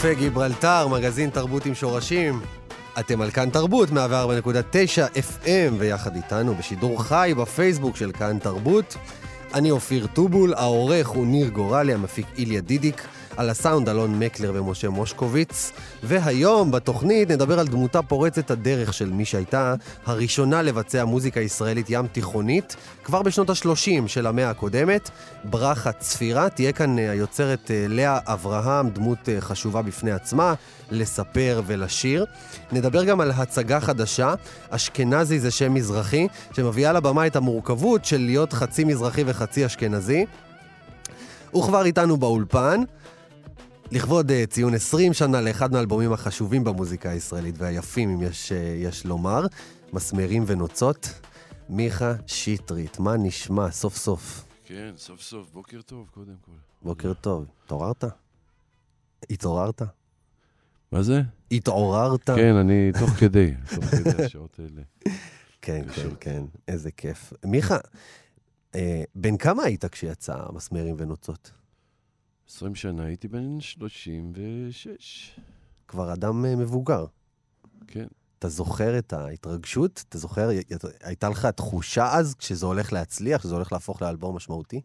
קפה גיברלטר, מגזין תרבות עם שורשים. אתם על כאן תרבות, 104.9 FM, ויחד איתנו בשידור חי בפייסבוק של כאן תרבות. אני אופיר טובול, העורך הוא ניר גורלי, המפיק איליה דידיק, על הסאונד אלון מקלר ומשה מושקוביץ. והיום בתוכנית נדבר על דמותה פורצת הדרך של מי שהייתה הראשונה לבצע מוזיקה ישראלית ים תיכונית, כבר בשנות ה-30 של המאה הקודמת. ברכה צפירה, תהיה כאן היוצרת לאה אברהם, דמות חשובה בפני עצמה, לספר ולשיר. נדבר גם על הצגה חדשה, אשכנזי זה שם מזרחי, שמביאה לבמה את המורכבות של להיות חצי מזרחי וחצי אשכנזי. הוא כבר איתנו באולפן, לכבוד ציון 20 שנה לאחד מהאלבומים החשובים במוזיקה הישראלית והיפים, אם יש לומר, מסמרים ונוצות. מיכה שטרית, מה נשמע? סוף סוף. כן, סוף סוף. בוקר טוב, קודם כל. בוקר טוב. התעוררת? התעוררת? מה זה? התעוררת? כן, אני תוך כדי השעות האלה. כן, כן, כן. איזה כיף. מיכה, בן כמה היית כשיצא מסמרים ונוצות? 20 שנה, הייתי בן 36. כבר אדם מבוגר. כן. אתה זוכר את ההתרגשות? אתה זוכר, הייתה לך תחושה אז כשזה הולך להצליח, כשזה הולך להפוך לאלבום משמעותי?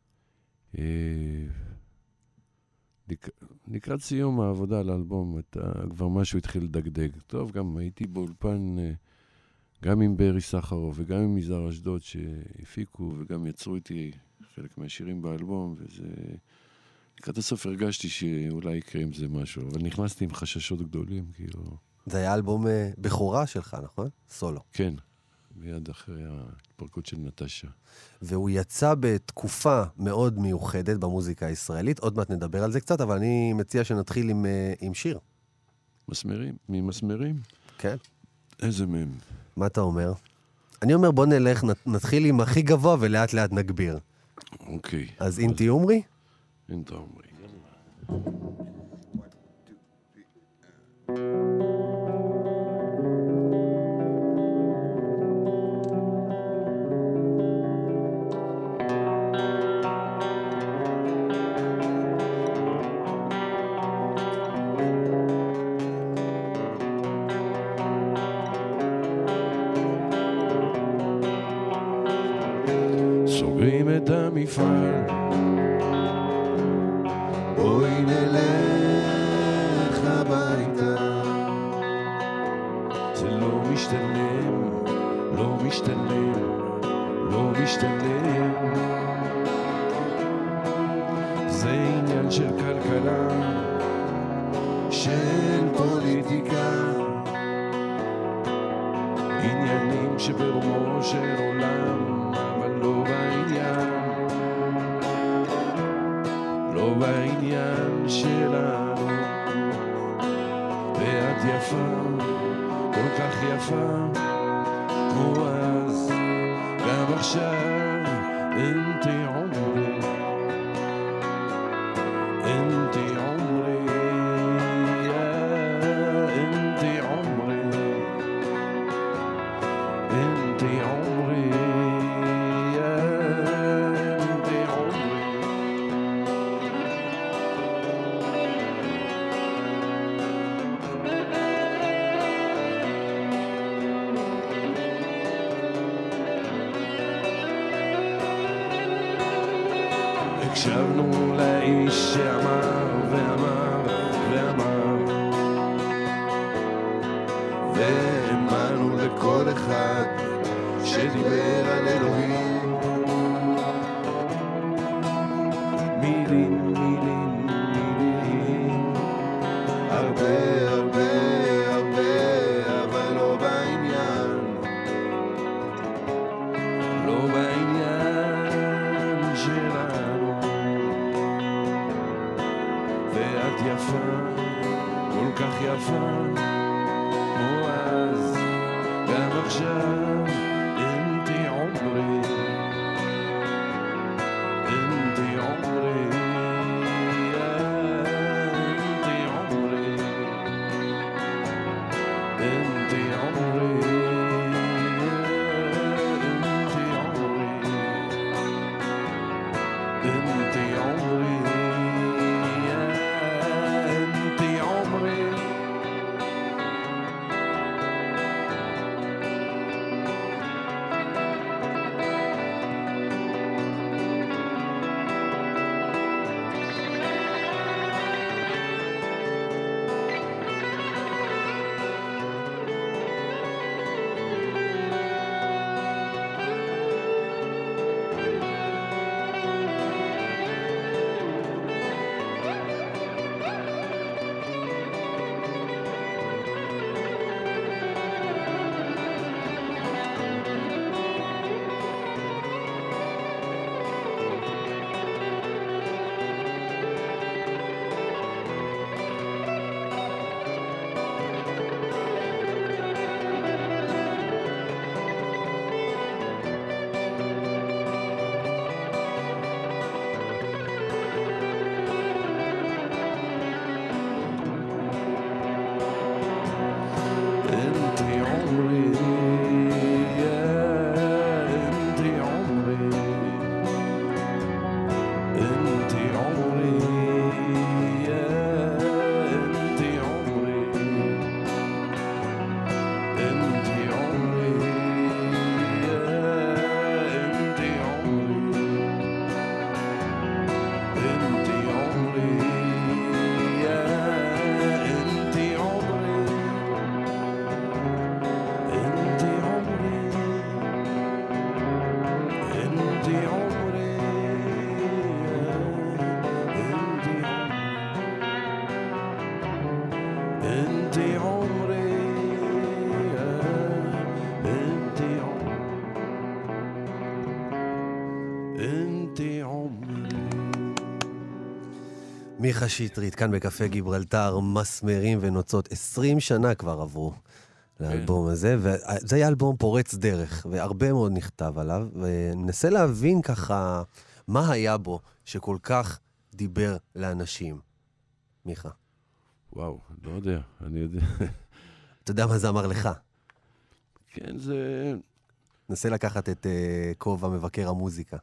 לקראת סיום העבודה על האלבום, כבר משהו התחיל לדגדג. טוב, גם הייתי באולפן, גם עם ברי סחרוף וגם עם מזר אשדוד שהפיקו, וגם יצרו איתי חלק מהשירים באלבום, וזה... לקראת הסוף הרגשתי שאולי יקרה עם זה משהו, אבל נכנסתי עם חששות גדולים, כאילו... זה היה אלבום בכורה שלך, נכון? סולו. כן, מיד אחרי ההתפרקות של נטשה. והוא יצא בתקופה מאוד מיוחדת במוזיקה הישראלית, עוד מעט נדבר על זה קצת, אבל אני מציע שנתחיל עם שיר. מסמרים? ממסמרים? כן. איזה מהם? מה אתה אומר? אני אומר בוא נלך, נתחיל עם הכי גבוה ולאט לאט נגביר. אוקיי. אז אינתי אומרי? אינתי אומרי. סוגרים את המפעל, בואי נלך הביתה. זה לא משתלם, לא משתלם, לא משתלם. זה עניין של כלכלה, של פוליטיקה, עניינים שברומו של עולם, אבל לא בעניין, לא בעניין שלנו. ואת יפה, כל כך יפה, כמו אז, גם עכשיו. אינתי עומרי, אינתי עומרי, אינתי עומרי, אינתי עומרי, אינתי עומרי. הקשבנו לאיש שאמר ואמר ואמר, והאמנו לכל אחד שדיבר על אלוהים. מילים, מילים, מילים, הרבה הרבה הרבה, אבל לא בעניין, לא בעניין שלנו. ואת יפה, כל כך יפה, כמו אז, גם עכשיו. אינתי עומרי, אינתי עומרי, אינתי עומרי, אינתי עומרי, אינתי עומרי. חיי עומרי. מיכה שטרית, כאן בקפה גיברלטר, מסמרים ונוצות. 20 שנה כבר עברו לאלבום הזה, וזה היה אלבום פורץ דרך, והרבה מאוד נכתב עליו, וננסה להבין ככה מה היה בו שכל כך דיבר לאנשים. מיכה. וואו, לא יודע, אני יודע. אתה יודע מה זה אמר לך? כן, זה... נסה לקחת את כובע מבקר המוזיקה.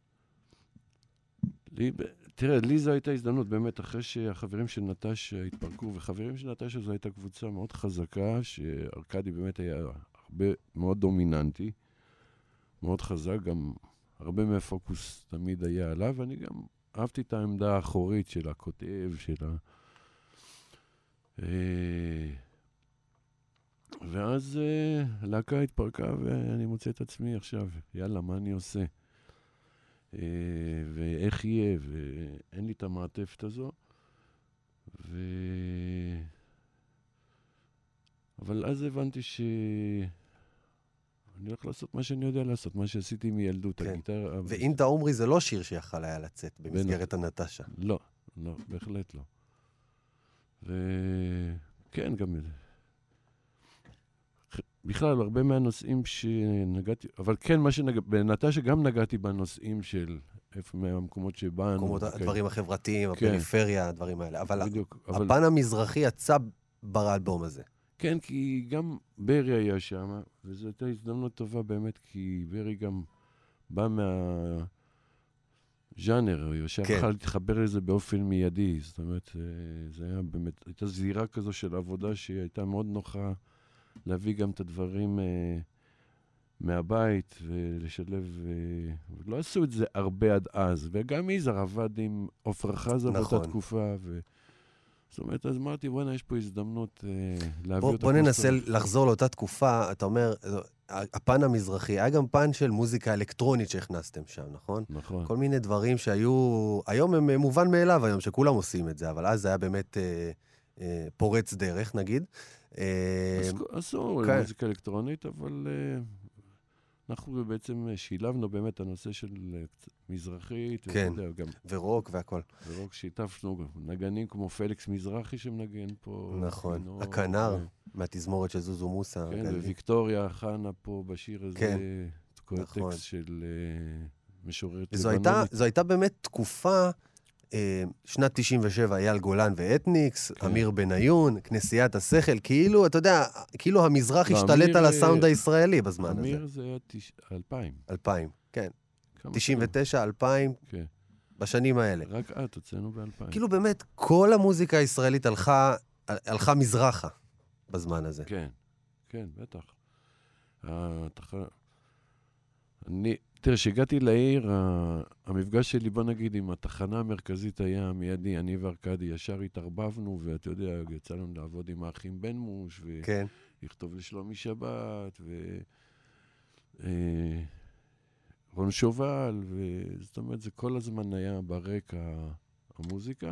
תראה, לי זו הייתה הזדמנות, באמת, אחרי שהחברים של נטשה התפרקו, וחברים של נטשה זו הייתה קבוצה מאוד חזקה, שארקדי באמת היה הרבה מאוד דומיננטי, מאוד חזק, גם הרבה מהפוקוס תמיד היה עליו, ואני גם אהבתי את העמדה האחורית של הכותב, של ה... ואז הלהקה התפרקה, ואני מוצא את עצמי עכשיו, יאללה, מה אני עושה? ואיך יהיה, ואין לי את המעטפת הזו. אבל אז הבנתי שאני הולך לעשות מה שאני יודע לעשות, מה שעשיתי מילדות, כן. הגיטרה... ואינטה עומרי זה לא שיר שיכל היה לצאת במסגרת הנטשה. לא, לא, בהחלט לא. וכן, גם... בכלל, הרבה מהנושאים שנגעתי, אבל כן, בנטשה גם נגעתי בנושאים של איפה מהמקומות שבאנו. הדברים החברתיים, הפריפריה, הדברים האלה. אבל בדיוק, הפן המזרחי יצא באלבום הזה. כן, כי גם ברי היה שם, וזו הייתה הזדמנות טובה באמת, כי ברי גם בא מהז'אנר, שיכול להתחבר לזה באופן מיידי. זאת אומרת, זה היה באמת, הייתה זירה כזו של עבודה שהיא הייתה מאוד נוחה, להביא גם את הדברים מהבית ולשלב, לא עשו את זה הרבה עד אז, וגם יזהר עבד עם עופרה חזה באותה תקופה, זאת אומרת, אז אמרתי, בוא'נה, יש פה הזדמנות להביא אותה. בוא ננסה לחזור לאותה תקופה, אתה אומר, הפן המזרחי, היה גם פן של מוזיקה אלקטרונית שהכנסתם שם, נכון? נכון. כל מיני דברים שהיו, היום הם מובן מאליו היום, שכולם עושים את זה, אבל אז זה היה באמת פורץ דרך, נגיד. עשו מוזיקה אלקטרונית, אבל אנחנו בעצם שילבנו באמת את הנושא של מזרחית. כן, ורוק והכל. ורוק שיתפנו נגנים כמו פליקס מזרחי שמנגן פה. נכון, הכנר מהתזמורת של זוזו מוסה. כן, וויקטוריה חנה פה בשיר הזה. כן, נכון. טקסט של משוררת לבנונית. זו הייתה באמת תקופה... שנת 97, אייל גולן ואתניקס, אמיר בניון, כנסיית השכל, כאילו, אתה יודע, כאילו המזרח השתלט על הסאונד הישראלי בזמן הזה. אמיר זה היה 2000. 2000, כן. 99, 2000, בשנים האלה. רק את, הוצאנו ב-2000. כאילו באמת, כל המוזיקה הישראלית הלכה מזרחה בזמן הזה. כן, כן, בטח. תראה, שהגעתי לעיר, המפגש שלי, בוא נגיד, עם התחנה המרכזית היה מיידי, אני וארקדי ישר התערבבנו, ואתה יודע, יצא לנו לעבוד עם האחים בן מוש, ולכתוב לשלומי שבת, רון שובל, זאת אומרת, זה כל הזמן היה ברקע המוזיקה,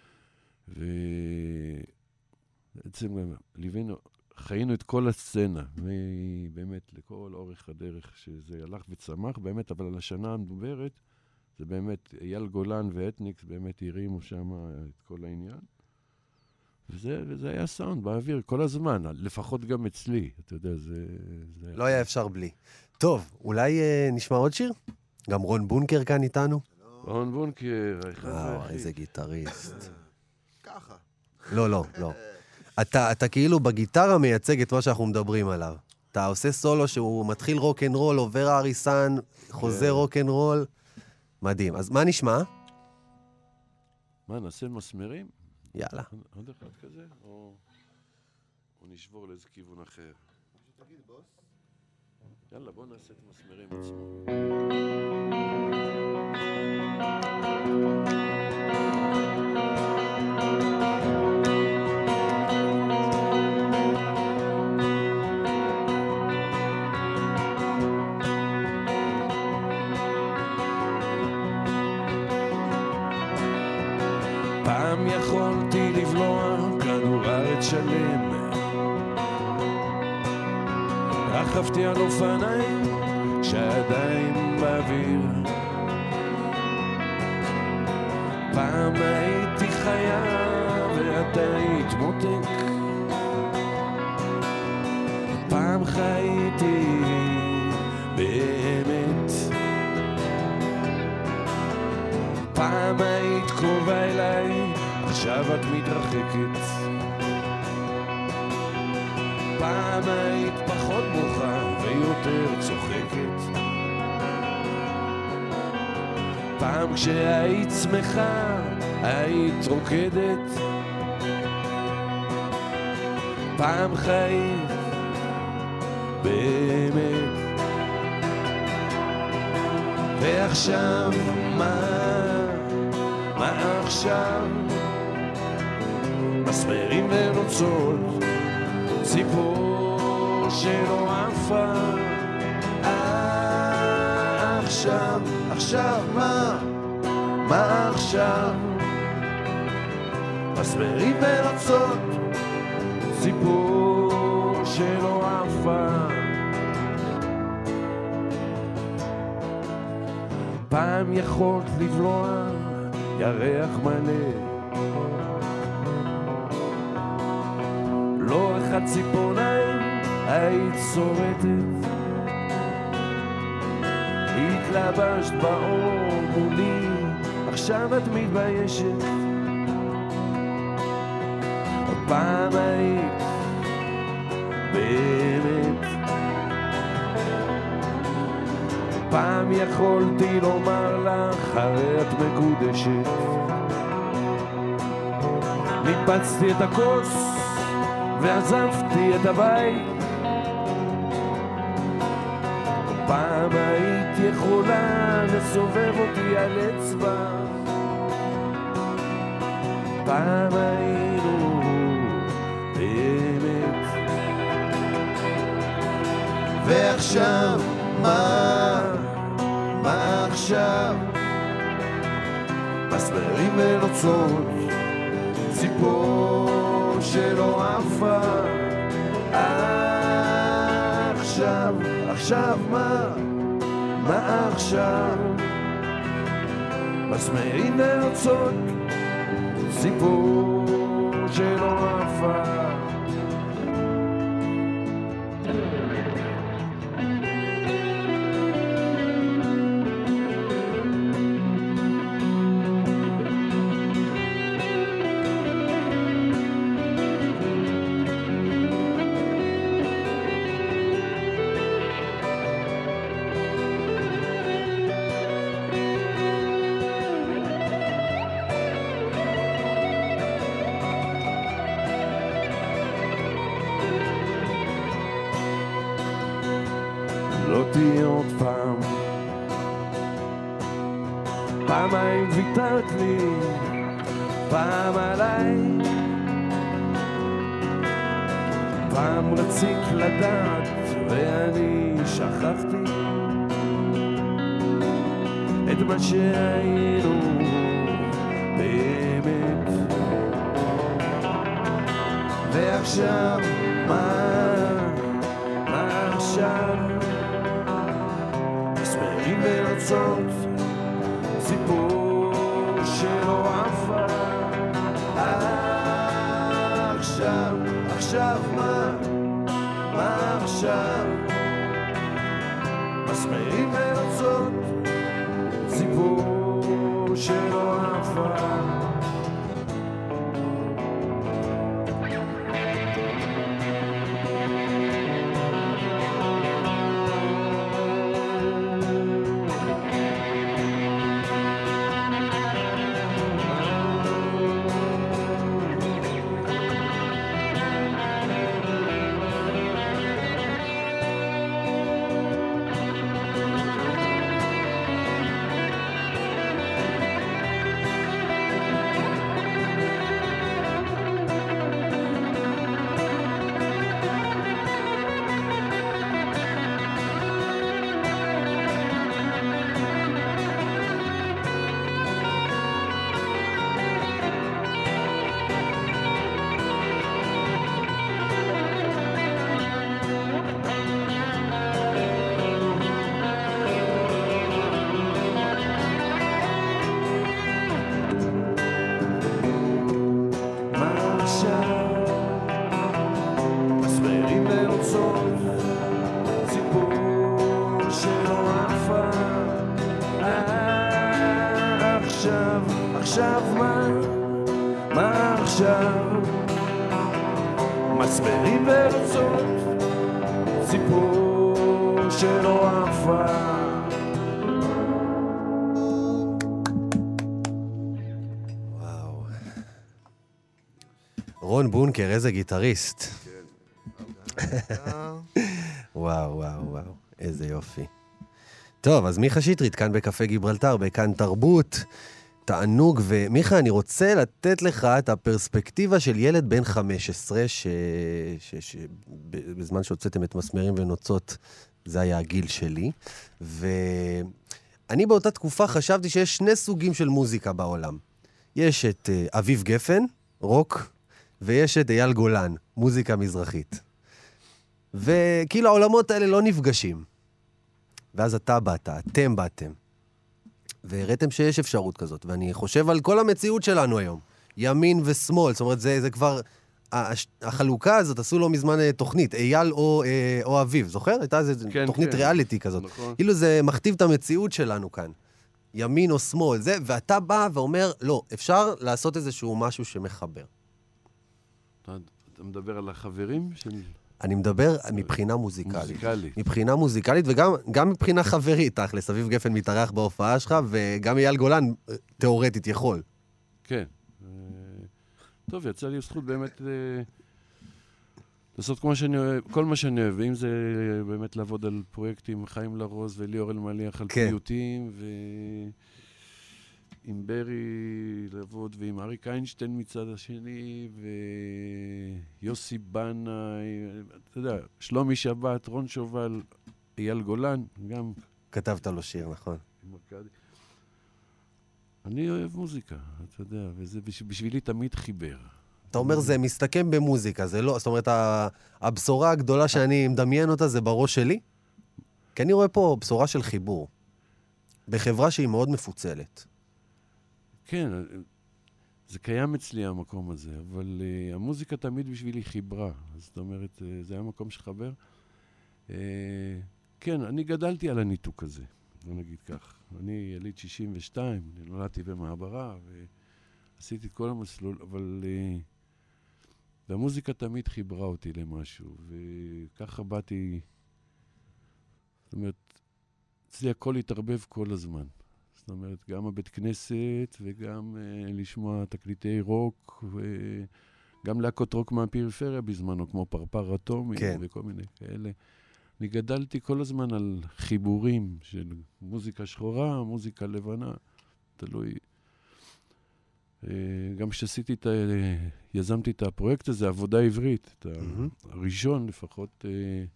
ובעצם ליווינו, חיינו את כל הסצנה, באמת לכל אורך הדרך שזה הלך וצמח, באמת, אבל על השנה המדוברת, זה באמת, אייל גולן ואתניקס באמת הרימו שם את כל העניין, וזה היה סאונד באוויר כל הזמן, לפחות גם אצלי, אתה יודע, זה... לא היה אפשר בלי. טוב, אולי נשמע עוד שיר? גם רון בונקר כאן איתנו? רון בונקר, איזה גיטריסט. ככה. לא, לא, לא. אתה כאילו בגיטרה מייצג את מה שאנחנו מדברים עליו. אתה עושה סולו שהוא מתחיל רוק'נ'רול, עובר האריסן, חוזר רוק'נ'רול. מדהים. אז מה נשמע? מה, נעשה מסמרים? יאללה. עוד אחד כזה? או נשבור לאיזה כיוון אחר? תגיד, בוס. יאללה, בוא נעשה את מסמרים עצמו. פעם יכולתי לבלוע כדור ארץ שלם, רכבתי על אופניים שעדיין באוויר, פעם הייתי חיה ואתה היית מותק, פעם חייתי באמת, פעם היית קרובה אליי, עכשיו את מתרחקת, פעם היית פחות בוכה ויותר צוחקת, פעם כשהיית שמחה היית רוקדת, פעם חיית באמת, ועכשיו מה עכשיו? מסמרים ונוצות ציפור שלא עפה, עכשיו מה עכשיו? מסמרים ונוצות ציפור שלא עפה, פעם יכולת לבלוע ירח מלא, לא אחד ציפורניים היית שורטת, התלבשת באור מולי, עכשיו את מתביישת, פעם היית באמת, פעם יכולתי לומר לך הרי את מקודשת, ניפצתי את הכוס ועזבתי את הבית, פעם היית יכולה לסובב אותי על אצבע, פעם היינו באמת, ועכשיו מה עכשיו? מסמרים ונוצות ציפור שלא עפה, עכשיו מה עכשיו? מסמרים ונוצות ציפור שלא עפה, לא תהיה עוד פעם, פעמיים ויתרת לי, פעם עליי, פעם רצית לדעת ואני שכחתי את מה שהיינו באמת, ועכשיו מה עכשיו? מסמרים ונוצות ציפור שלא עפה, עכשיו מה עכשיו? מסמרים ונוצות ציפור שלא עפה, עכשיו מה עכשיו? מסמרים ורצות, ציפור שלא עפה. וואו. רון בונקר, איזה גיטריסט. וואו, וואו, וואו, איזה יופי. טוב, אז מיכה שטרית, כאן בקפה גיברלטר, בכאן תרבות, תענוג, ומיכה, אני רוצה לתת לך את הפרספקטיבה של ילד בן 15, בזמן שהוצאתם את מסמרים ונוצות, זה היה הגיל שלי, ואני באותה תקופה חשבתי שיש שני סוגים של מוזיקה בעולם. יש את אביב גפן, רוק, ויש את אייל גולן, מוזיקה מזרחית. וכאילו העולמות האלה לא נפגשים. ואז אתה באת, אתם באתם, והראיתם שיש אפשרות כזאת, ואני חושב על כל המציאות שלנו היום, ימין ושמאל, זאת אומרת, זה כבר, החלוקה הזאת עשו לו מזמן תוכנית, אייל או אביב, זוכר? הייתה איזו תוכנית ריאליטי כזאת. נכון. כאילו זה מכתיב את המציאות שלנו כאן, ימין או שמאל, זה, ואתה בא ואומר, לא, אפשר לעשות איזשהו משהו שמחבר. אתה מדבר על החברים של... אני מדבר מבחינה מוזיקלית. מוזיקלית. מבחינה מוזיקלית וגם מבחינה חברית, תכלס. אביב גפן מתארח בהופעה שלך, וגם אייל גולן תיאורטית יכול. כן. טוב, יצא לי זכות באמת לעשות כל מה שאני אוהב, ואם זה באמת לעבוד על פרויקטים, חיים לרוז וליאור אלמליח על פיוטים, עם ברי לעבוד, ועם אריק איינשטיין מצד השני, ויוסי בנה, אתה יודע, שלומי שבת, רון שובל, אייל גולן, גם... כתבת לו שיר, נכון. אני אוהב מוזיקה, אתה יודע, וזה בשבילי תמיד חיבר. אתה אומר, זה מסתכם במוזיקה, זה לא... זאת אומרת, הבשורה הגדולה שאני מדמיין אותה זה בראש שלי, כי אני רואה פה בשורה של חיבור, בחברה שהיא מאוד מפוצלת. כן, זה קיים אצלי המקום הזה, אבל המוזיקה תמיד בשבילי חיברה. זאת אומרת, זה היה מקום שחבר. כן, אני גדלתי על הניתוק הזה, בוא נגיד כך. אני יליד 62, אני נולדתי במעברה, ועשיתי את כל המסלול, אבל... והמוזיקה תמיד חיברה אותי למשהו, וככה באתי... זאת אומרת, אצלי הכל התערבב כל הזמן. זאת אומרת, גם הבית כנסת, וגם לשמוע תקליטי רוק, וגם להקות רוק מהפריפריה בזמנו, כמו פרפר אטומי, כן. וכל מיני כאלה. אני גדלתי כל הזמן על חיבורים של מוזיקה שחורה, מוזיקה לבנה, תלוי. גם כשעשיתי יזמתי את הפרויקט הזה, עבודה עברית, את הראשון לפחות,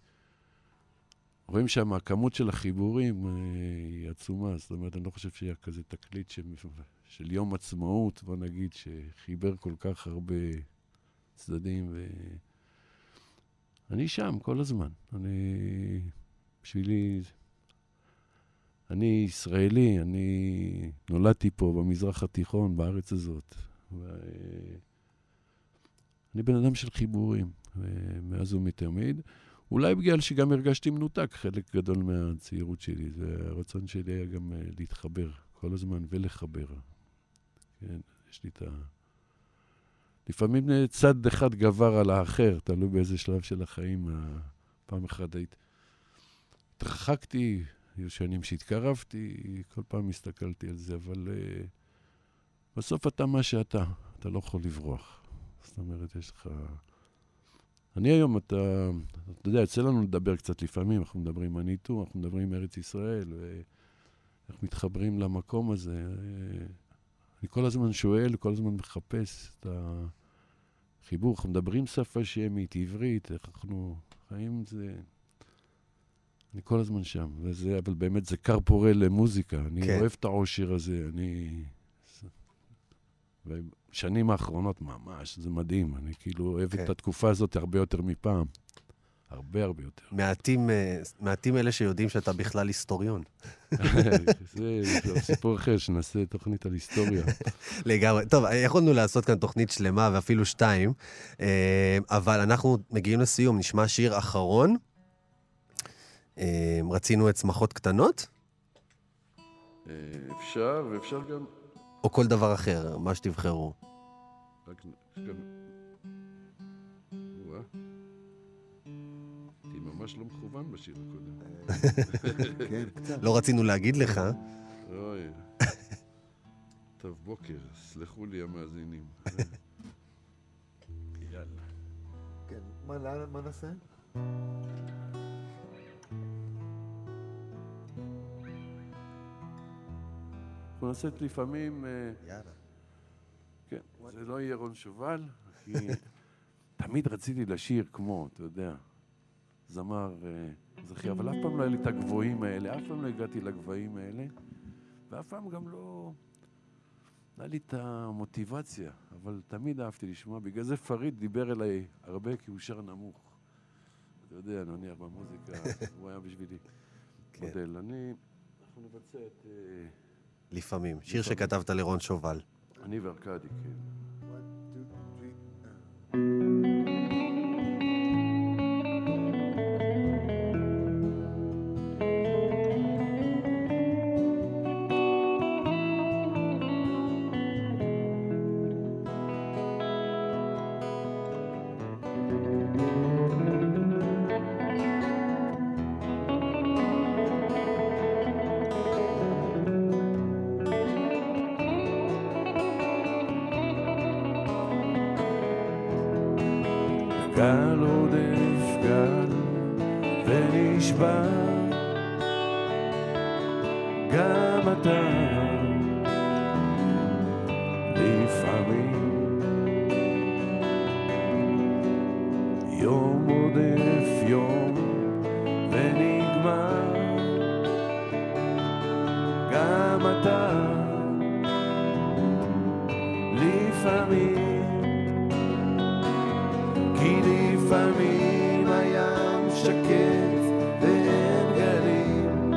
רואים שם, הכמות של החיבורים היא עצומה, זאת אומרת, אני לא חושב שהיה כזה תקליט של יום עצמאות, בוא נגיד, שחיבר כל כך הרבה צדדים, אני שם כל הזמן. בשבילי, אני ישראלי, אני נולדתי פה במזרח התיכון, בארץ הזאת. אני בן אדם של חיבורים, מאז ומתמיד. אולי בגלל שגם הרגשתי מנותק, חלק גדול מהצעירות שלי. זה הרצון שלי היה גם להתחבר כל הזמן ולחבר. כן, יש לי את לפעמים צד אחד גבר על האחר, תלוי באיזה שלב של החיים. פעם אחת התרחקתי, היו שנים שהתקרבתי, כל פעם הסתכלתי על זה, אבל בסוף אתה מה שאתה, אתה לא יכול לברוח. זאת אומרת, יש לך... אני היום, אתה יודע, יצא לנו לדבר קצת לפעמים, אנחנו מדברים מניטו, אנחנו מדברים ארץ ישראל, ואנחנו מתחברים למקום הזה. אני כל הזמן שואל, כל הזמן מחפש את החיבור. אנחנו מדברים שפה שמית, עברית, איך אנחנו חיים זה... אני כל הזמן שם, אבל באמת זה קר פורה למוזיקה. אני אוהב את העושר הזה, בשנים האחרונות ממש, זה מדהים. אני כאילו אוהב את התקופה הזאת הרבה יותר מפעם. הרבה הרבה יותר. מעטים אלה שיודעים שאתה בכלל היסטוריון. זה סיפור אחר, שנעשה תוכנית על היסטוריה. לגמרי. טוב, יכולנו לעשות כאן תוכנית שלמה ואפילו 2, אבל אנחנו מגיעים לסיום. נשמע שיר אחרון. רצינו את צמחות קטנות? אפשר, ואפשר גם... או כל דבר אחר, מה שתבחרו. רק גם... וואה. הייתי ממש לא מכוון בשיר הקודם. כן, קצת. לא רצינו להגיד לך. אוי. טוב, בוקר, סלחו לי המאזינים. יאללה. כן, מה נעשה? אנחנו נעשה לפעמים... יאללה. כן, זה לא יהיה רון שובל, כי תמיד רציתי לשיר כמו, אתה יודע, זמר זכי, אבל אף פעם לא היה לי את הגבוהים האלה, אף פעם לא הגעתי לגבהים האלה, ואף פעם גם לא היה לי את המוטיבציה, אבל תמיד אהבתי לשמוע, בגלל זה פריד דיבר אליי הרבה, כי הוא שר נמוך. אתה יודע, נניח במוזיקה, הוא היה בשבילי מודל. אנחנו נבצע את... לפעמים. שיר שכתבת לרון שובל. אני וארקדי, כן. 1, 2, 3. גל עודף גל ונשבע גם אתה לפעמים יום עודף יום ונגמר גם אתה לפעמים כי לפעמים הים שקט ואין גלים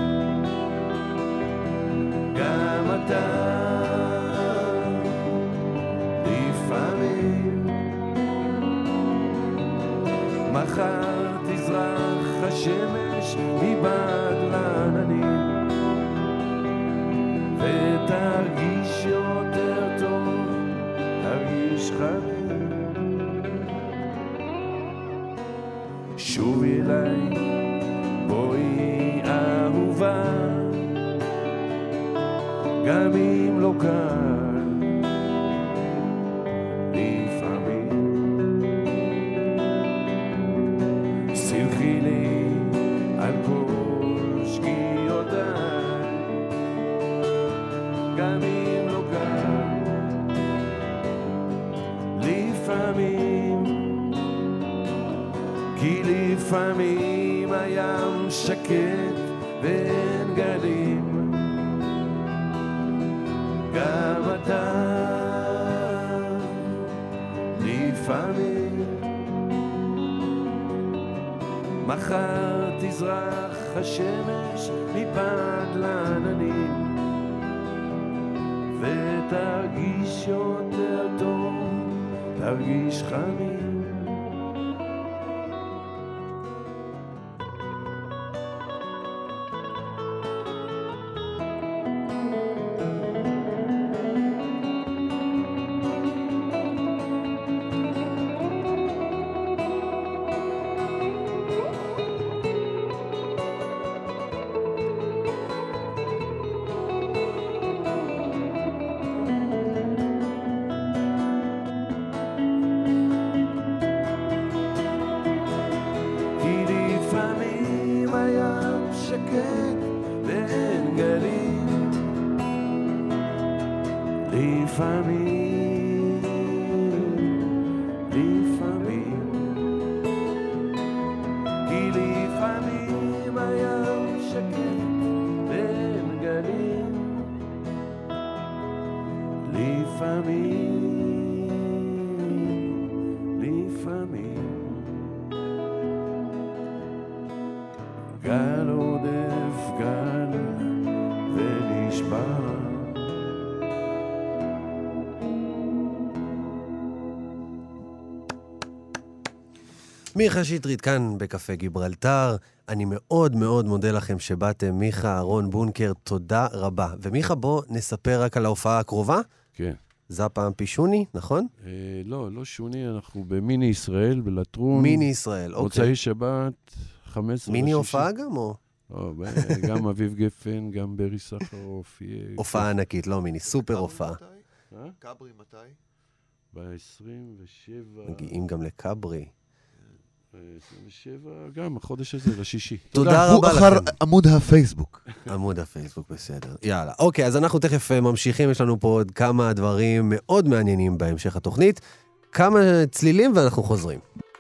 גם אתה לפעמים מחר תזרח השמש מבעד לעננים ותרגיש יותר טוב, תרגיש חמים שובי אליי, בואי אהובה, גם אם לא קל, לפעמים. סלחי לי על כל שגיאותיי, גם אם לא קל, לפעמים. כי לפעמים הים שקט ואין גלים גם אתה לפעמים מחר תזרח השמש מבעד לעננים ותרגיש יותר טוב, תרגיש חמים גל עודף גל ונשבע מיכה שטרית כאן בקפה גיברלטר. אני מאוד מאוד מודה לכם שבאתם, מיכה, אהרון בונקר, תודה רבה. ומיכה, בוא נספר רק על ההופעה הקרובה. כן. זה הפעם פישוני, נכון? לא שוני, אנחנו במיני ישראל, בלטרון. מיני ישראל, אוקיי. מוצאי שבת, 15 מיני הופעה גם או? גם אביב גפן, גם ברי סחרוף. הופעה ענקית, לא מיני, סופר הופעה. קברי מתי? ב-27... מגיעים גם לקברי. 27, גם החודש הזה, לשישי. תודה רבה לכם. אחר עמוד הפייסבוק. עמוד הפייסבוק, בסדר. יאללה. אוקיי, אז אנחנו תכף ממשיכים, יש לנו פה עוד כמה דברים מאוד מעניינים בהמשך התוכנית. כמה צלילים ואנחנו חוזרים.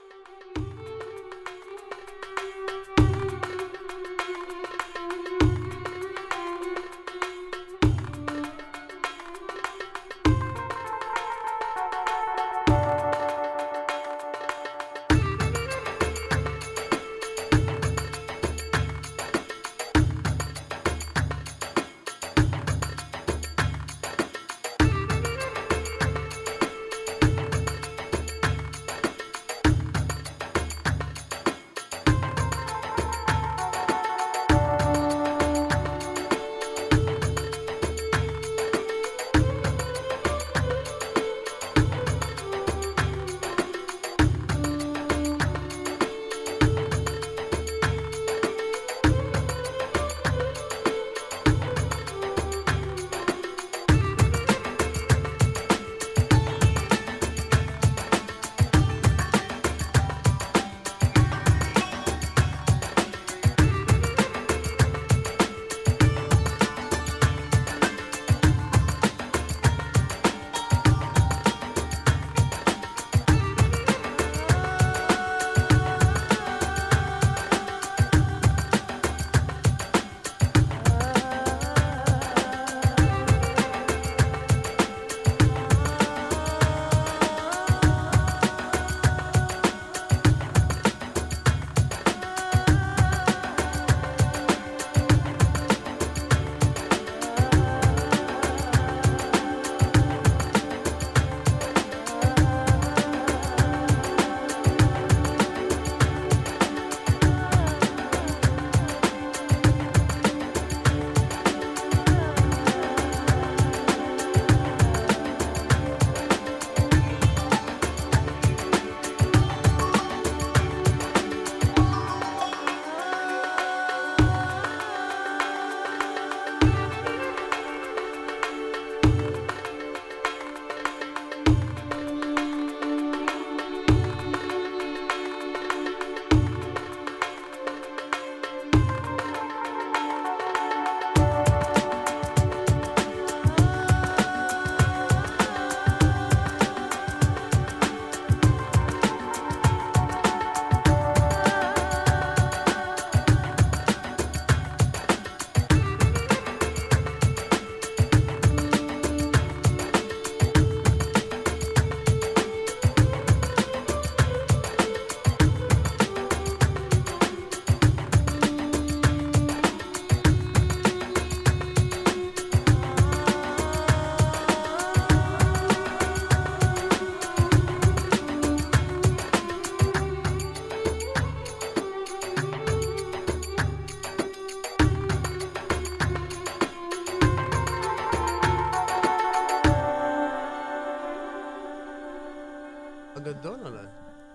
גדול עליי.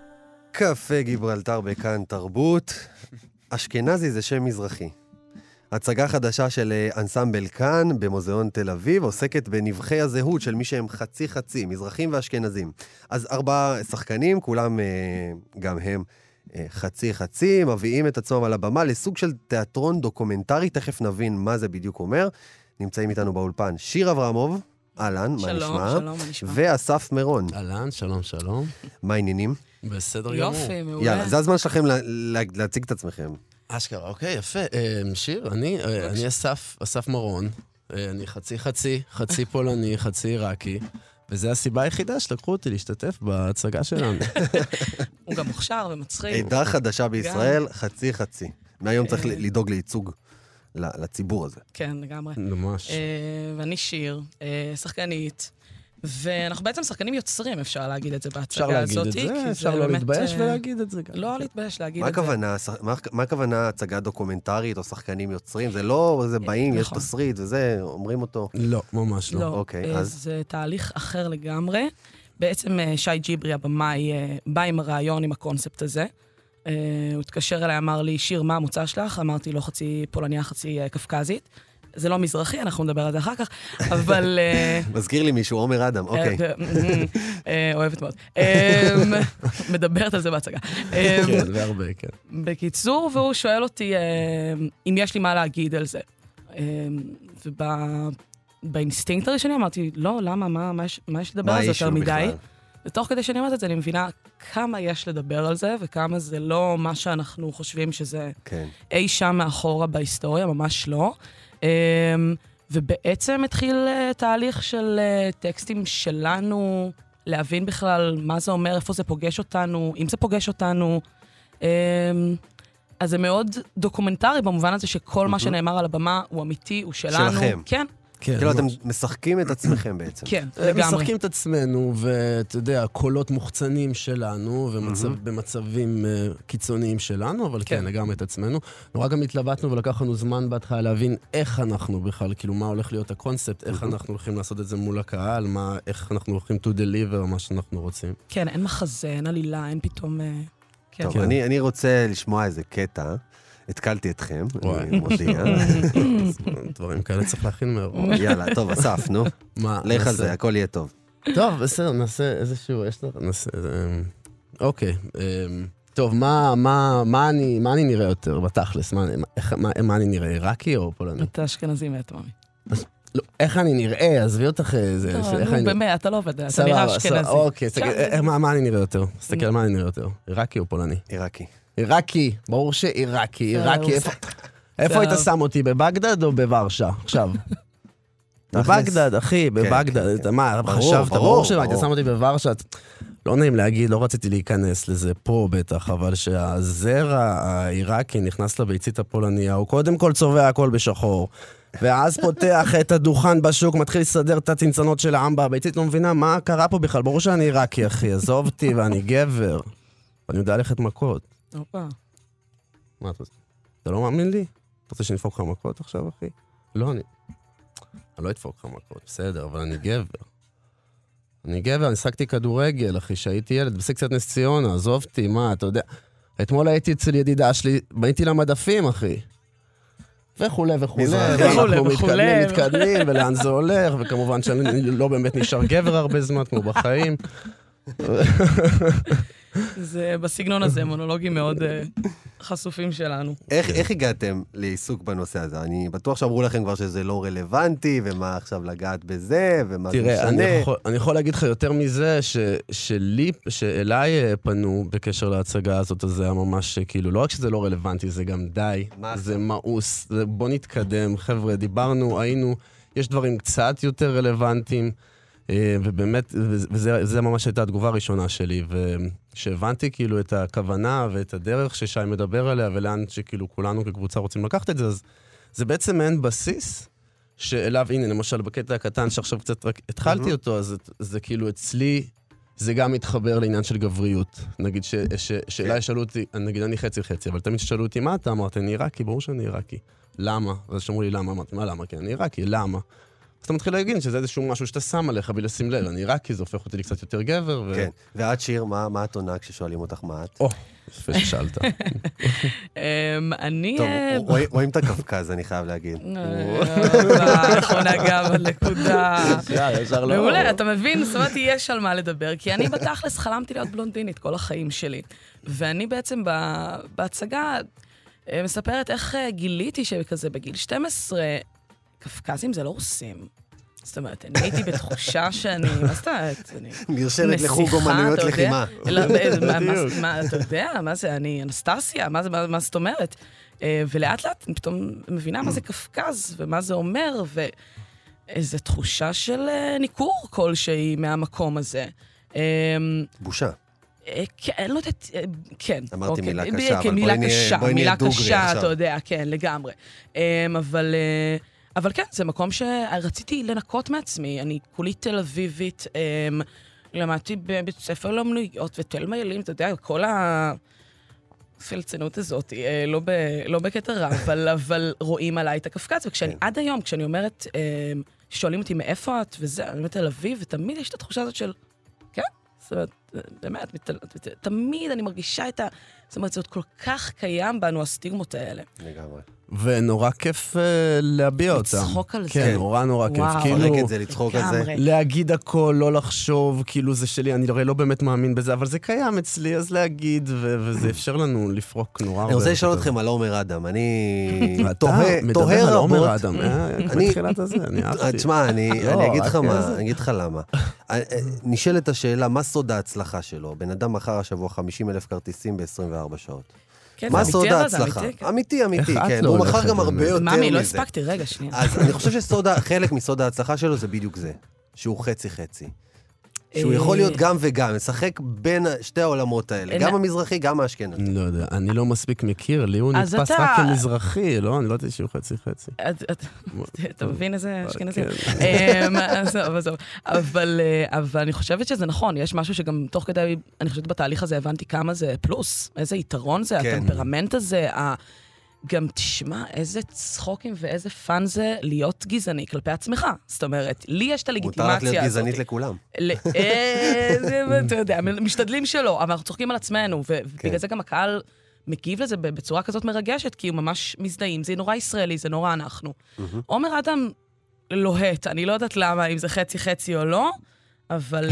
קפה גיברלטר בכאן תרבות. אשכנזי זה שם מזרחי. הצגה חדשה של אנסמבל כאן במוזיאון תל אביב עוסקת בנבחי הזהות של מי שהם חצי-חצי, מזרחים ואשכנזים. אז 4 שחקנים, כולם גם הם חצי-חצי, מביאים את עצמם על הבמה לסוג של תיאטרון דוקומנטרי, תכף נבין מה זה בדיוק אומר. נמצאים איתנו באולפן שיר אברמוב, אהלן, מה נשמע? שלום, מה נשמע? ואסף מרון. אהלן, שלום. מה העניינים? בסדר גמור. יופי, מעולה. יאללה, זה הזמן שלכם להציג את עצמכם. אשכרה, אוקיי, יפה. שיר, אני אסף מרון. אני חצי פולני, חצי עיראקי. וזו הסיבה היחידה שלקחו אותי להשתתף בהצגה שלנו. הוא גם מוכשר ומצחיק. עדה חדשה בישראל, חצי-חצי. מהיום צריך לדאוג לייצוג לציבור הזה. כן, לגמרי. ממש. ואני שיר, שחקנית, ואנחנו בעצם שחקנים יוצרים, אפשר להגיד את זה אפשר בהצגה להגיד הזאת. את זה, אפשר לא להתבייש ולהגיד את זה. לא להתבייש להגיד מה את זה. הכוונה? מה הכוונה הצגה דוקומנטרית או שחקנים יוצרים? זה לא, זה באים, יש נכון. תסריט וזה, אומרים אותו. לא, ממש לא. לא, אוקיי, אז? זה תהליך אחר לגמרי. בעצם שי ג'יברי, הבמאי, בא עם הרעיון, עם הקונספט הזה. הוא התקשר אליי, אמר לי, שיר, מה המוצא שלך? אמרתי לו, חצי פולניה, חצי קפקזית. זה לא מזרחי, אנחנו נדבר על זה אחר כך, אבל... מזכיר לי מישהו, עומר אדם, אוקיי. אוהבת מאוד. מדברת על זה בהצגה. כן, והרבה, כן. בקיצור, והוא שואל אותי אם יש לי מה להגיד על זה. ובאינסטינקט הראשוני אמרתי, לא, למה? מה יש לדבר על זה יותר מדי? ותוך כדי שאני אומרת את זה, אני מבינה כמה יש לדבר על זה, וכמה זה לא מה שאנחנו חושבים שזה אי שם מאחורה בהיסטוריה, ממש לא. ובעצם התחיל תהליך של טקסטים שלנו, להבין בכלל מה זה אומר, איפה זה פוגש אותנו, אם זה פוגש אותנו. אז זה מאוד דוקומנטרי במובן הזה שכל מה שנאמר על הבמה הוא אמיתי, הוא שלנו. שלכם. כן. כאילו, אתם משחקים את עצמכם בעצם. כן, לגמרי. משחקים את עצמנו, ואתה יודע, קולות מוחצנים שלנו, ובמצבים קיצוניים שלנו, אבל כן, לגמרי את עצמנו. נורא גם התלבטנו ולקח לנו זמן בהתחלה להבין איך אנחנו בכלל, כאילו מה הולך להיות הקונספט, איך אנחנו הולכים לעשות את זה מול הקהל, איך אנחנו הולכים to deliver מה שאנחנו רוצים. כן, אין מחזה, אין עלילה, אין פתאום... טוב, אני רוצה לשמוע איזה קטע. התקלתי אתכם, אני מודיע. דברים כאלה צריך להכין מראש. יאללה, טוב, אסף, נו. לך על זה, הכל יהיה טוב. טוב, בסדר, נעשה איזשהו, נעשה, אוקיי. טוב, מה אני נראה יותר בתכלס? מה אני נראה, עיראקי או פולני? אתה אשכנזי מאתמומי. לא, איך אני נראה? עזבי אותך איזה... לא, באמת, אתה לא עובד, אתה נראה אשכנזי. אוקיי, מה אני נראה יותר? תסתכל על מה אני נראה יותר. עיראקי או פולני? עיראקי. עיראקי, ברור שעיראקי, איפה היית שם אותי, בבגדד או בוורשה? עכשיו. בבגדד, אחי, בבגדד. מה, חשבת, ברור שלא, היית שם אותי בוורשה. לא נעים להגיד, לא רציתי להיכנס לזה פה בטח, אבל שהזרע העיראקי נכנס לביצית הפולניה, הוא קודם כל צובע הכל בשחור. ואז פותח את הדוכן בשוק, מתחיל לסדר את הצנצנות של העם בביצית, לא מבינה מה קרה פה בכלל. ברור שאני עיראקי, אחי, עזוב אותי ואני גבר. ואני יודע ללכת מכות. אופה. מה אתה רוצה? אתה לא מאמין לי? אתה רוצה שנדפוק לך מכות עכשיו, אחי? לא, אני לא אדפוק לך מכות, בסדר, אבל אני גבר. אני שחקתי כדורגל, אחי, שהייתי ילד בסקציית נס ציונה, עזובתי, מה, אתה יודע. אתמול הייתי אצל ידידה שלי, בניתי לה מדפים, אחי. וכולי, ואנחנו מתקדמים, ולאן זה הולך, וכמובן שאני לא באמת נשאר גבר הרבה זמן, כמו בחיים. זה בסגנון הזה, מונולוגים מאוד חשופים שלנו. איך הגעתם לעיסוק בנושא הזה? אני בטוח שאמרו לכם כבר שזה לא רלוונטי, ומה עכשיו לגעת בזה, ומה זה משנה. תראה, אני יכול להגיד לך יותר מזה, שאליי פנו בקשר להצגה הזאת, אז זה היה ממש כאילו, לא רק שזה לא רלוונטי, זה גם די, זה מאוס, בוא נתקדם, חבר'ה, דיברנו, היינו, יש דברים קצת יותר רלוונטיים, ובאמת, וזה ממש הייתה התגובה הראשונה שלי, ושהבנתי כאילו את הכוונה ואת הדרך ששי מדבר עליה, ולאן שכאילו כולנו כקבוצה רוצים לקחת את זה, אז זה בעצם אין בסיס, שאליו, הנה, למשל, בקטע הקטן שעכשיו קצת רק התחלתי אותו, אז זה כאילו אצלי, זה גם מתחבר לעניין של גבריות. נגיד שאליי שאלו אותי, נגיד אני חצי, אבל תמיד ששאלו אותי, מה אתה אמרת? אני עיראקי, ברור שאני עיראקי. למה? אז שאמרו לי, למה? אמרתי, מה למה? כי אני עיראקי, למה? אז אתה מתחיל להגיד שזה איזשהו משהו שאתה שם עליך בלי לשים לב. אני עיראקי, זה הופך אותי קצת יותר גבר. כן. ואת שיר, מה את עונה כששואלים אותך מה את? יפה ששאלת. אני... טוב, רואים את הקווקז, אני חייב להגיד. אנחנו נגע בנקודה. מעולה, אתה מבין? זאת אומרת, יש על מה לדבר, כי אני בתכלס חלמתי להיות בלונדינית כל החיים שלי. ואני בעצם בהצגה מספרת איך גיליתי שכזה בגיל 12, קפקזים זה לא רוסים. זאת אומרת, אני הייתי בתחושה שאני, מה זאת אומרת? נרשמת לחוג אומנויות לחימה. מה, אתה יודע? מה זה? אני אנסטסיה? מה זאת אומרת? ולאט לאט אני פתאום מבינה מה זה קפקז, ומה זה אומר, ואיזו תחושה של ניכור כלשהי מהמקום הזה. בושה. כן, לא יודעת, כן. אמרתי מילה קשה, אבל בואי נהיה דוגרי עכשיו. מילה קשה, אתה יודע, כן, לגמרי. אבל כן, זה מקום שרציתי לנקות מעצמי. אני כולי תל אביבית, למדתי בבית ספר לאמנויות ותל מיילים, אתה יודע, כל הפלצנות הזאת, לא בקטע רע, אבל רואים עליי את הקפקץ, וכשאני עד היום, כשאני אומרת, שואלים אותי מאיפה את, וזה, אני אומרת תל אביב, ותמיד יש את התחושה הזאת של, כן, זאת אומרת, באמת, תמיד אני מרגישה את זאת אומרת, זה עוד כל כך קיים בנו, הסטיגמות האלה. לגמרי. ונורא כיף להביע אותם. לצחוק על זה. כן, נורא כיף. כאילו, לפרק את זה, לצחוק על זה. להגיד הכל, לא לחשוב, כאילו זה שלי, אני הרי לא באמת מאמין בזה, אבל זה קיים אצלי, אז להגיד, וזה אפשר לנו לפרוק נורא. אני רוצה לשאול אתכם על עומר אדם. אני אתה מדבר על עומר אדם, בתחילת הזה, אני אהבתי. תשמע, אני אגיד לך למה. נשאלת השאלה, מה סוד ההצלחה שלו? בן אדם מכר השבוע 50,000 כרטיסים ב-24 שעות. מה סוד ההצלחה? אמיתי, כן. הוא מכר גם הרבה יותר מזה. ממי, לא הספקתי, רגע, שנייה. אז אני חושב שחלק מסוד ההצלחה שלו זה בדיוק זה, שהוא חצי-חצי. שהוא יכול להיות גם וגם, לשחק בין שתי העולמות האלה, גם המזרחי, גם האשכנזי. לא יודע, אני לא מספיק מכיר, לי הוא נתפס רק כמזרחי, לא? אני לא יודעת שהוא חצי-חצי. אתה מבין איזה אשכנזי? אבל אני חושבת שזה נכון, יש משהו שגם תוך כדי, אני חושבת בתהליך הזה הבנתי כמה זה פלוס, איזה יתרון זה, הטמפרמנט הזה, גם תשמע איזה צחוקים ואיזה פאן זה להיות גזעני כלפי עצמך. זאת אומרת, לי יש את הלגיטימציה הזאת. מותר להיות גזענית לכולם. אתה יודע, משתדלים שלא, אבל אנחנו צוחקים על עצמנו, ובגלל זה גם הקהל מגיב לזה בצורה כזאת מרגשת, כי הוא ממש מזדהים. זה נורא ישראלי, זה נורא אנחנו. עומר אדם לוהט, אני לא יודעת למה, אם זה חצי-חצי או לא, אבל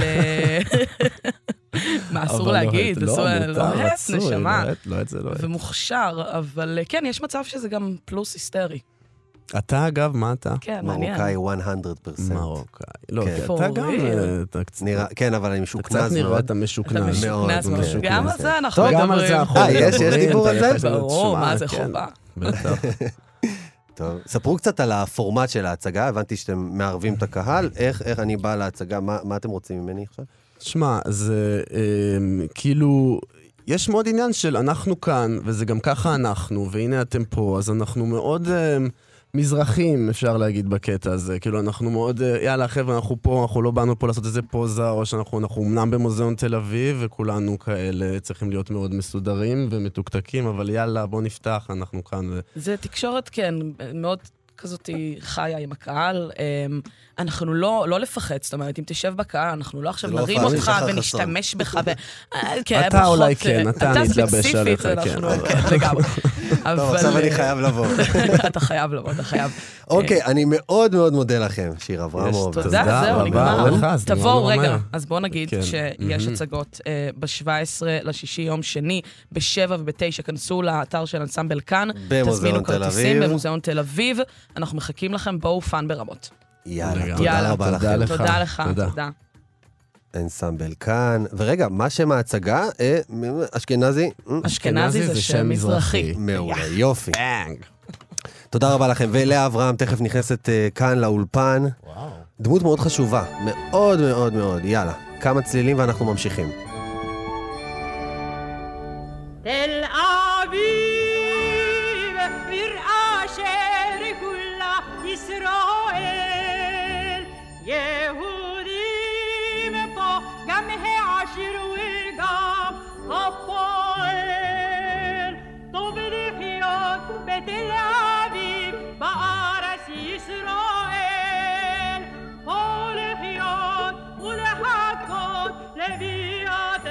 מה, אסור להגיד? לוהט, נשמה. ומוכשר, אבל כן, יש מצב שזה גם פלוס היסטרי. אתה אגב, מה אתה? כן, מעניין. מרוקאי 100%. מרוקאי. לא, אתה גם... כן, אבל אני משוכנז מאוד. קצת נראית משוכנז. גם על זה אנחנו מדברים. גם על זה אנחנו מדברים. יש דיבור על זה? ברור, מה זה חובה. בטח. טוב, ספרו קצת על הפורמט של ההצגה, הבנתי שאתם מערבים את הקהל, איך אני בא להצגה, מה אתם רוצים ממני עכשיו? שמע, זה כאילו, יש מאוד עניין של אנחנו כאן, וזה גם ככה אנחנו, והנה אתם פה, אז אנחנו מאוד מזרחים, אפשר להגיד בקטע הזה, כאילו אנחנו מאוד, יאללה חבר'ה, אנחנו פה, אנחנו לא באנו פה לעשות איזה פוזה, או שאנחנו אמנם במוזיאון תל אביב, וכולנו כאלה צריכים להיות מאוד מסודרים ומתוקתקים, אבל יאללה, בוא נפתח, אנחנו כאן. זה תקשורת, כן, מאוד כזאת חיה עם הקהל. אנחנו לא לפחד, זאת אומרת, אם תשב בקהל, אנחנו לא עכשיו נרים אותך ונשתמש בך. אתה אולי כן, אתה נתלבש עליך, כן. לגמרי. טוב, עכשיו אני חייב לבוא. אתה חייב לבוא, אתה חייב. אוקיי, אני מאוד מאוד מודה לכם, שיר אברמוב. תודה, זהו, נגמר. תבואו רגע, אז בואו נגיד שיש הצגות ב-17/6 יום שני, ב-7 וב-9, כנסו לאתר של אנסמבל כאן, תזמינו כרטיסים במוזיאון תל אביב, אנחנו מחכים לכם, בואו פאן ברמות. יאללה, תודה רבה לכם. תודה לך, תודה. אנסמבל כאן. ורגע, מה שם ההצגה? אשכנזי? אשכנזי זה שם מזרחי. מעולה, יופי. תודה רבה לכם. ולאה אברהם תכף נכנסת כאן לאולפן. דמות מאוד חשובה. מאוד מאוד מאוד. יאללה, כמה צלילים ואנחנו ממשיכים. תל אביב, ביראה של כולה ישראל, יהודים פה גם העשיר וגם הפועל, טוב לחיות בתל אביב בארץ ישראל, פה לחיות ולחכות לביאת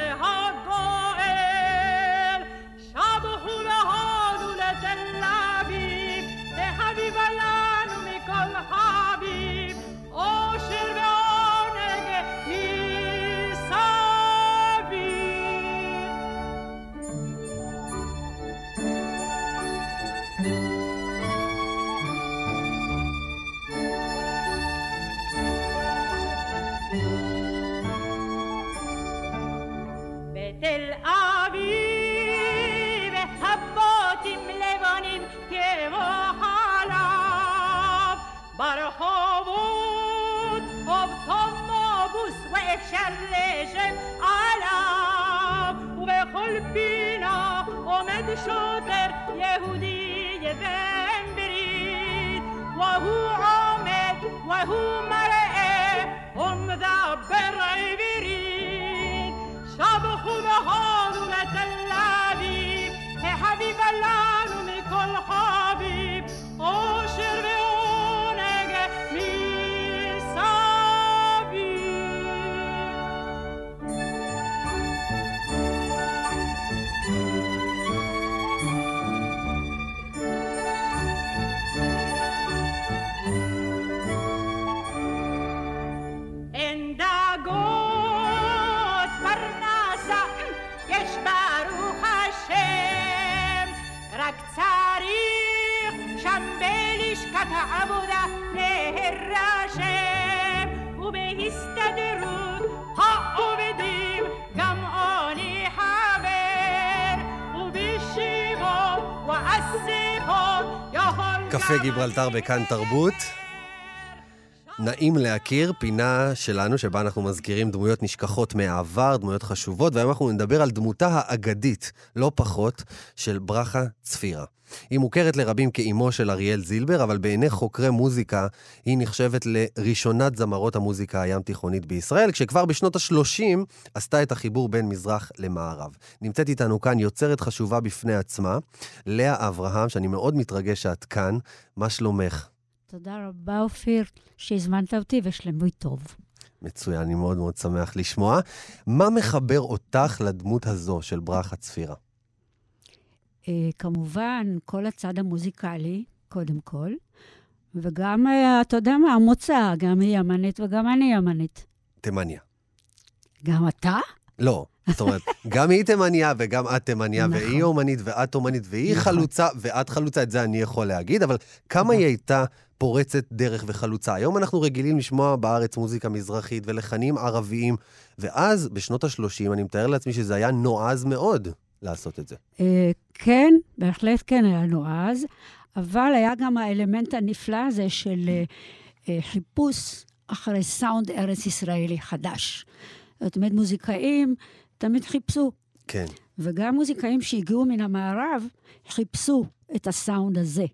הגואל, שבחו להודו לתל אביב, לחביב לנו מכל חביב, אושר ועונג בתל אביב, הבוטים לבנים כמו חלב, ברחובות אוטובוס ואפשר לשבת עליו, ובכל פינה עומד שוטר יהודי בן ברית, והוא ובהסתדרות העובדים גם אני חבר, ובשיבות ואסיפות יכול... קפה גיברלטר בכאן תרבות. נעים להכיר, פינה שלנו שבה אנחנו מזכירים דמויות נשכחות מהעבר, דמויות חשובות, והיום אנחנו נדבר על דמותה האגדית, לא פחות, של ברכה צפירה. היא מוכרת לרבים כאימו של אריאל זילבר, אבל בעיני חוקרי מוזיקה היא נחשבת לראשונת זמרות המוזיקה הים תיכונית בישראל, כשכבר בשנות ה-30 עשתה את החיבור בין מזרח למערב. נמצאת איתנו כאן יוצרת חשובה בפני עצמה, לאה אברהם, שאני מאוד מתרגש שאת כאן. מה שלומך? תודה רבה, אופיר, שהזמנת אותי ושלמוי טוב. מצוין, אני מאוד מאוד שמח לשמוע. מה מחבר אותך לדמות הזו של ברכה צפירה? כמובן, כל הצד המוזיקלי, קודם כל, וגם, אתה יודע מה, המוצא, גם היא ימנית וגם אני ימנית. תימניה. גם אתה? לא, זאת אומרת, גם היא תימניה וגם את תימניה, נכון. והיא אומנית ואת אומנית, והיא נכון. חלוצה ואת חלוצה, את זה אני יכול להגיד, אבל כמה היא הייתה פורצת דרך וחלוצה? היום אנחנו רגילים לשמוע בארץ מוזיקה מזרחית ולחנים ערביים, ואז בשנות ה-30 אני מתאר לעצמי שזה היה נועז מאוד לעשות את זה. כן, בהחלט כן היה נועז, אבל היה גם האלמנט הנפלא הזה של חיפוש אחרי סאונד ארץ ישראלי חדש. זאת אומרת, מוזיקאים תמיד חיפשו. כן. וגם מוזיקאים שהגיעו מן המערב חיפשו את הסאונד הזה.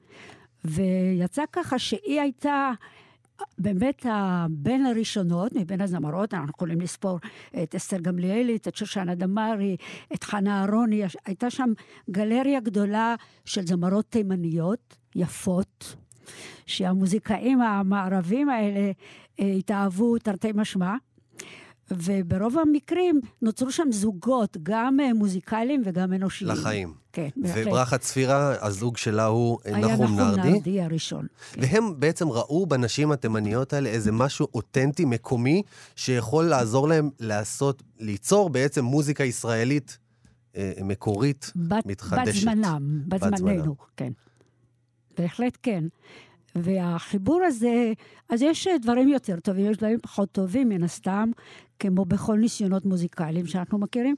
ויצא ככה שהיא הייתה באמת בין הראשונות, מבין הזמרות, אנחנו יכולים לספור את אסתר גמליאלית, את שושנה דמארי, את חנה אהרוני, הייתה שם גלריה גדולה של זמרות תימניות, יפות, שהמוזיקאים המערבים האלה התאהבו תרתי משמע, וברוב המקרים נוצרו שם זוגות, גם מוזיקליים וגם אנושיים. לחיים. כן, בהחלט. וברכה צפירה, הזוג שלה הוא נחום נרדי. היה נחום נרדי הראשון. והם בעצם ראו בנשים התימניות האלה איזה משהו אותנטי, מקומי, שיכול לעזור להם ליצור בעצם מוזיקה ישראלית מקורית, מתחדשת. בת זמננו, כן. בהחלט כן. והחיבור הזה, אז יש דברים יותר טובים, יש דברים פחות טובים מן הסתם, כמו בכל ניסיונות מוזיקליים שאנחנו מכירים.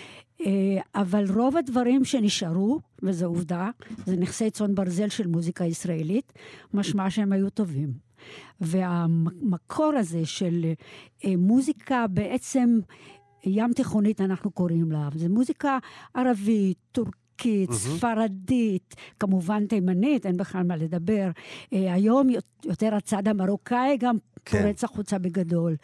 אבל רוב הדברים שנשארו, וזו עובדה, זה נכסי צאן ברזל של מוזיקה ישראלית, משמע שהם היו טובים. והמקור הזה של מוזיקה בעצם ים תיכונית אנחנו קוראים לה, זה מוזיקה ערבית, טורקית, ספרדית, כמובן תימנית, אין בכלל מה לדבר. היום יותר הצד המרוקאי גם פורץ החוצה בגדול.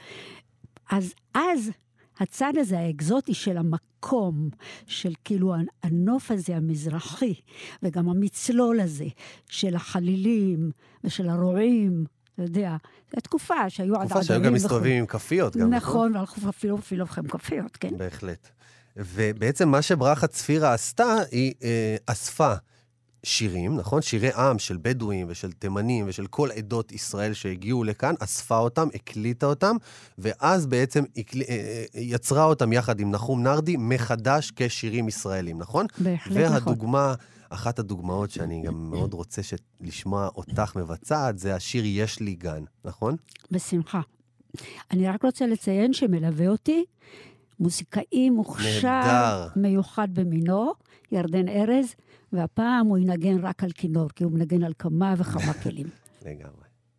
אז הצד הזה, האקזוטי של המקום, של כאילו הנוף הזה המזרחי, וגם המצלול הזה, של החלילים ושל הרועים, אתה יודע, זו תקופה שהיו עד תקופה שהיו גם מסתובבים עם כפיות. נכון, והלכו אפילו לכם כפיות, כן. בהחלט. ובעצם מה שברכה צפירה עשתה, היא אספה שירים, נכון? שירי עם של בדואים ושל תימנים ושל כל עדות ישראל שהגיעו לכאן, אספה אותם, הקליטה אותם, ואז בעצם יצרה אותם יחד עם נחום נרדי מחדש כשירים ישראלים, נכון? בהחלט והדוגמה, אחת הדוגמאות שאני גם מאוד רוצה לשמוע אותך מבצעת, זה השיר יש לי גן, נכון? בשמחה. אני רק רוצה לציין שמלווה אותי מוסיקאי מוכשר מיוחד במינו, ירדן ארז, והפעם הוא ינגן רק על כינור, כי הוא מנגן על כמה וכמה כלים. לגמרי.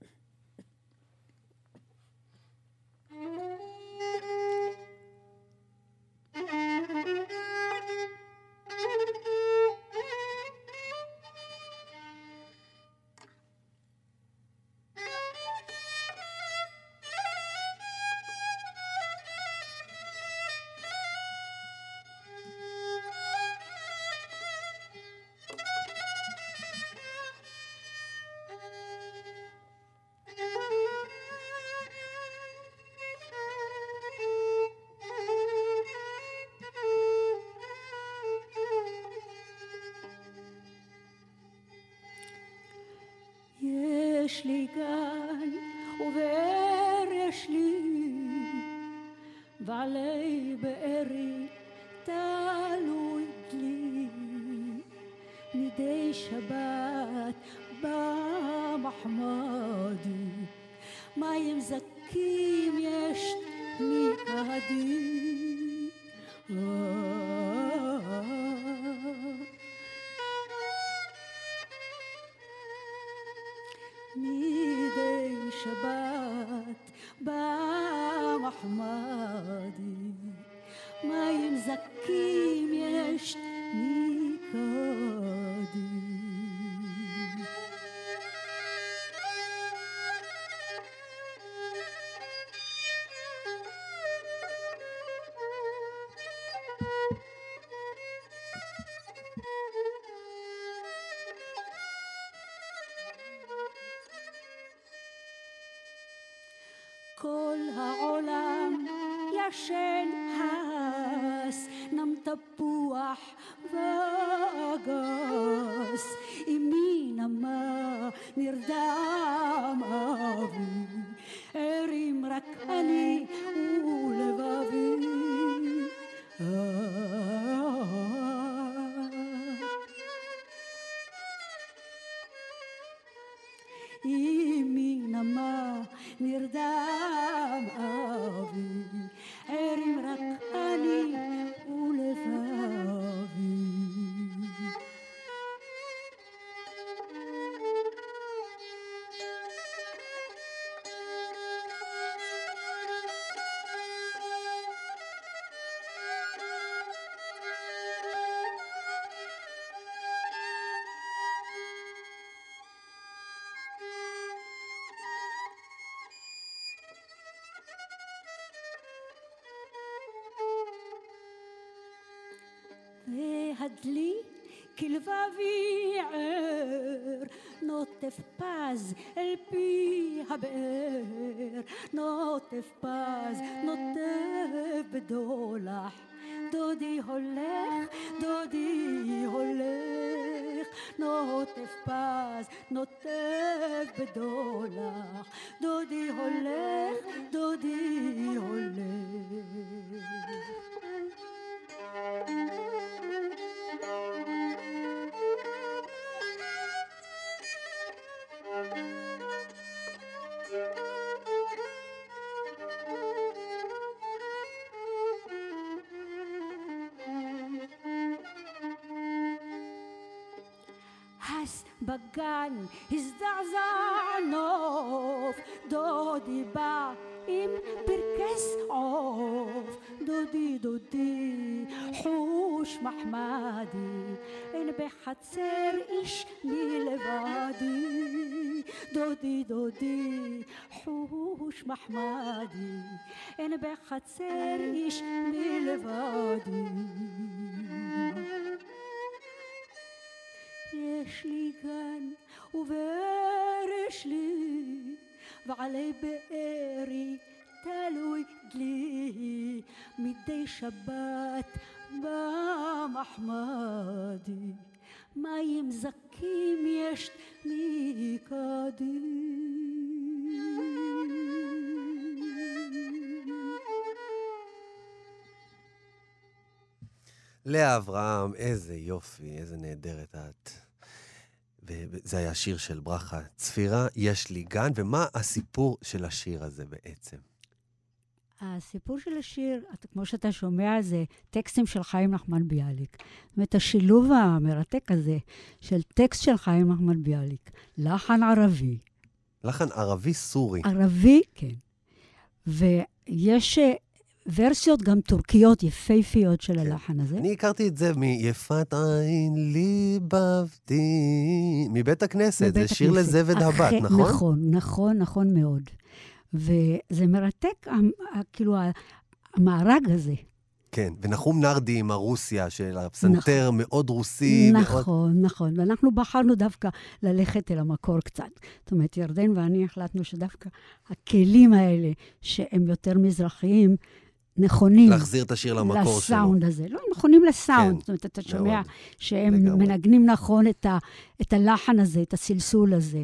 יש לי גן ובאר יש לי, ועלי בארי תלוי דלי, מדי שבת במחמדי מים זכים יש מקדים. מדי שבת במחמדי מים זכים יש מקדים. כל העולם ישן הס, נם תפוח וגס, אמי נמה נרדם אבי, ערים רק אני ולבבי. אמי נמה נרדם אבי, ערים רק אני ולבבי. והדלי כלבבי ער, נוטף פז אל פי הבאר, נוטף פז, נוטף בדולח. דודי הולך, דודי הולך, נוטף פז, נוטף בדולח. דודי הולך, דודי הולך. הס בגן הזדעזע נוף, דודי בא עם פרקס עוף. דודי דודי חוש מחמדי, אין בחצר איש מלבדי. דודי דודי חוש מחמדי, אין בחצר איש מלבדי. יש לי גן ובאר יש לי, ועלי בארי תלוי דלי. מדי שבת במחמדי מים זכים יש מקדים. לאה אברהם, איזה יופי, איזה נהדרת את. וזה היה שיר של ברכה צפירה, יש לי גן. ומה הסיפור של השיר הזה בעצם? הסיפור של השיר, כמו שאתה שומע, זה טקסטים של חיים נחמן ביאליק. זאת אומרת, השילוב המרתק הזה של טקסט של חיים נחמן ביאליק, לחן ערבי. לחן ערבי סורי. ערבי, כן. ויש ורסיות גם טורקיות יפהפיות של הלחן הזה. אני הכרתי את זה מיפת עין ליבבתי, מבית הכנסת, זה שיר לזבד הבת, נכון? נכון מאוד. וזה מרתק, כאילו, המארג הזה. כן, ונחום נרדי עם הרוסיה של הפסנתר מאוד רוסי. נכון. ואנחנו בחרנו דווקא ללכת אל המקור קצת. זאת אומרת, ירדן ואני החלטנו שדווקא הכלים האלה, שהם יותר מזרחיים, נכונים. להחזיר את השיר למקור שלו. לסאונד הזה. לא, נכונים לסאונד. כן, זאת אומרת, אתה שומע שהם מנגנים נכון את הלחן הזה, את הסלסול הזה.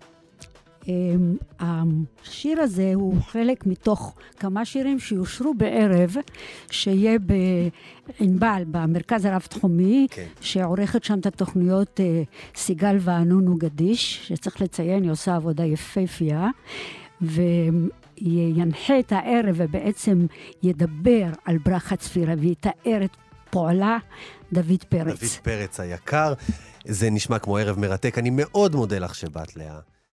השיר הזה הוא חלק מתוך כמה שירים שיושרו בערב, שיהיה בענבל, במרכז הרב-תחומי, שעורכת שם את התוכניות סיגל וענונו גדיש, שצריך לציין, היא עושה עבודה יפהפייה. וינחה את הערב ובעצם ידבר על ברכה צפירה ויתאר את פועלה דוד פרץ. דוד פרץ היקר, זה נשמע כמו ערב מרתק. אני מאוד מודה לך שבאת, לאה.